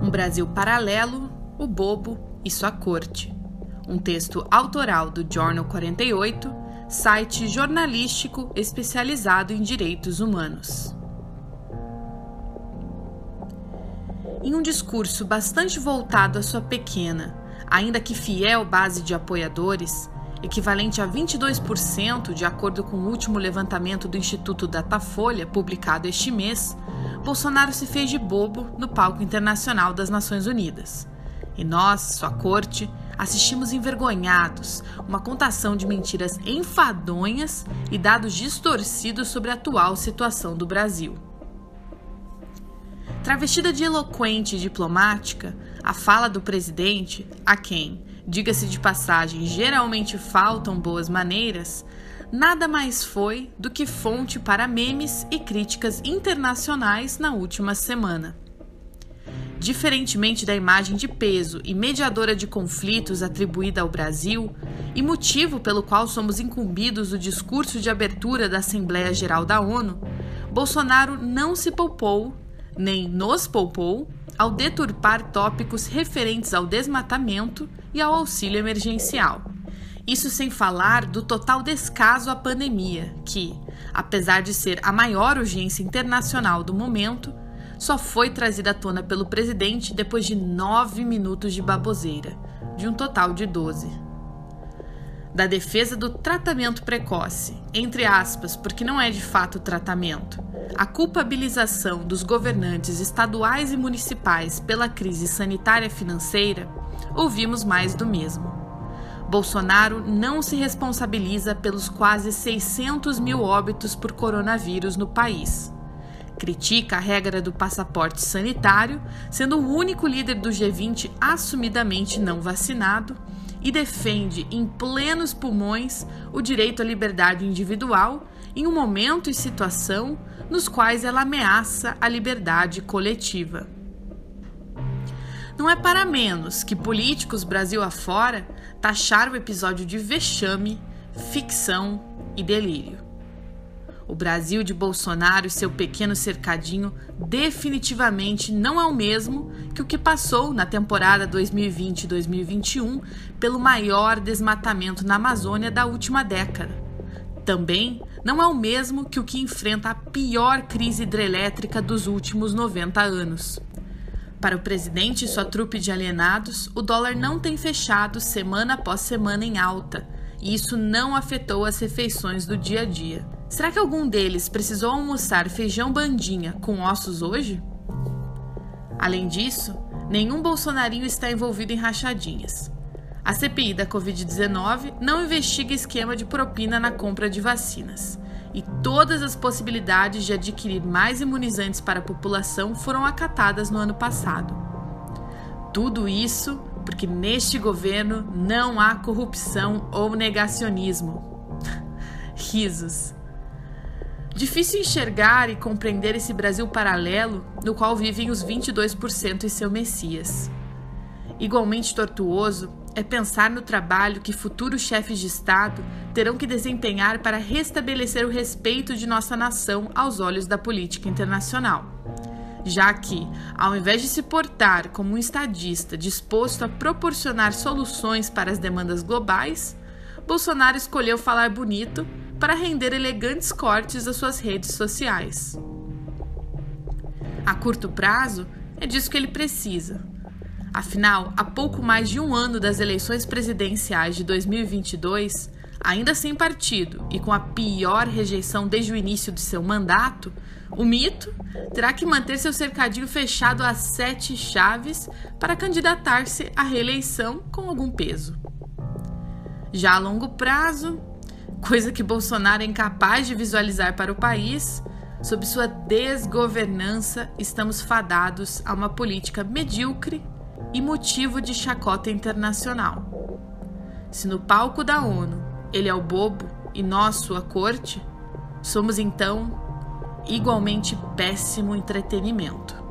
Um Brasil Paralelo, o Bobo e sua Corte. Um texto autoral do Jornal 48, site jornalístico especializado em direitos humanos. Em um discurso bastante voltado à sua pequena, ainda que fiel base de apoiadores, equivalente a 22% de acordo com o último levantamento do Instituto Datafolha, publicado este mês, Bolsonaro se fez de bobo no palco internacional das Nações Unidas. E nós, sua corte, assistimos envergonhados uma contação de mentiras enfadonhas e dados distorcidos sobre a atual situação do Brasil. Travestida de eloquente e diplomática, a fala do presidente, a quem, diga-se de passagem, geralmente faltam boas maneiras, nada mais foi do que fonte para memes e críticas internacionais na última semana. Diferentemente da imagem de peso e mediadora de conflitos atribuída ao Brasil, e motivo pelo qual somos incumbidos do discurso de abertura da Assembleia Geral da ONU, Bolsonaro não se poupou, nem nos poupou, ao deturpar tópicos referentes ao desmatamento e ao auxílio emergencial. Isso sem falar do total descaso à pandemia, que, apesar de ser a maior urgência internacional do momento, só foi trazida à tona pelo presidente depois de 9 minutos de baboseira, de um total de 12. Da defesa do tratamento precoce, entre aspas, porque não é de fato tratamento, a culpabilização dos governantes estaduais e municipais pela crise sanitária financeira, ouvimos mais do mesmo. Bolsonaro não se responsabiliza pelos quase 600 mil óbitos por coronavírus no país. Critica a regra do passaporte sanitário, sendo o único líder do G20 assumidamente não vacinado, e defende em plenos pulmões o direito à liberdade individual em um momento e situação nos quais ela ameaça a liberdade coletiva. Não é para menos que políticos Brasil afora taxaram o episódio de vexame, ficção e delírio. O Brasil de Bolsonaro e seu pequeno cercadinho definitivamente não é o mesmo que o que passou na temporada 2020-2021 pelo maior desmatamento na Amazônia da última década. Também não é o mesmo que o que enfrenta a pior crise hidrelétrica dos últimos 90 anos. Para o presidente e sua trupe de alienados, o dólar não tem fechado semana após semana em alta, e isso não afetou as refeições do dia a dia. Será que algum deles precisou almoçar feijão bandinha com ossos hoje? Além disso, nenhum bolsonarinho está envolvido em rachadinhas. A CPI da Covid-19 não investiga esquema de propina na compra de vacinas, e todas as possibilidades de adquirir mais imunizantes para a população foram acatadas no ano passado. Tudo isso porque neste governo não há corrupção ou negacionismo. Risos. Difícil enxergar e compreender esse Brasil paralelo no qual vivem os 22% e seu Messias. Igualmente tortuoso é pensar no trabalho que futuros chefes de Estado terão que desempenhar para restabelecer o respeito de nossa nação aos olhos da política internacional. Já que, ao invés de se portar como um estadista disposto a proporcionar soluções para as demandas globais, Bolsonaro escolheu falar bonito para render elegantes cortes às suas redes sociais. A curto prazo, é disso que ele precisa. Afinal, há pouco mais de um ano das eleições presidenciais de 2022, ainda sem partido e com a pior rejeição desde o início de seu mandato, o mito terá que manter seu cercadinho fechado a 7 chaves para candidatar-se à reeleição com algum peso. Já a longo prazo, coisa que Bolsonaro é incapaz de visualizar para o país, sob sua desgovernança, estamos fadados a uma política medíocre e motivo de chacota internacional. Se no palco da ONU ele é o bobo e nós, sua corte, somos então igualmente péssimo entretenimento.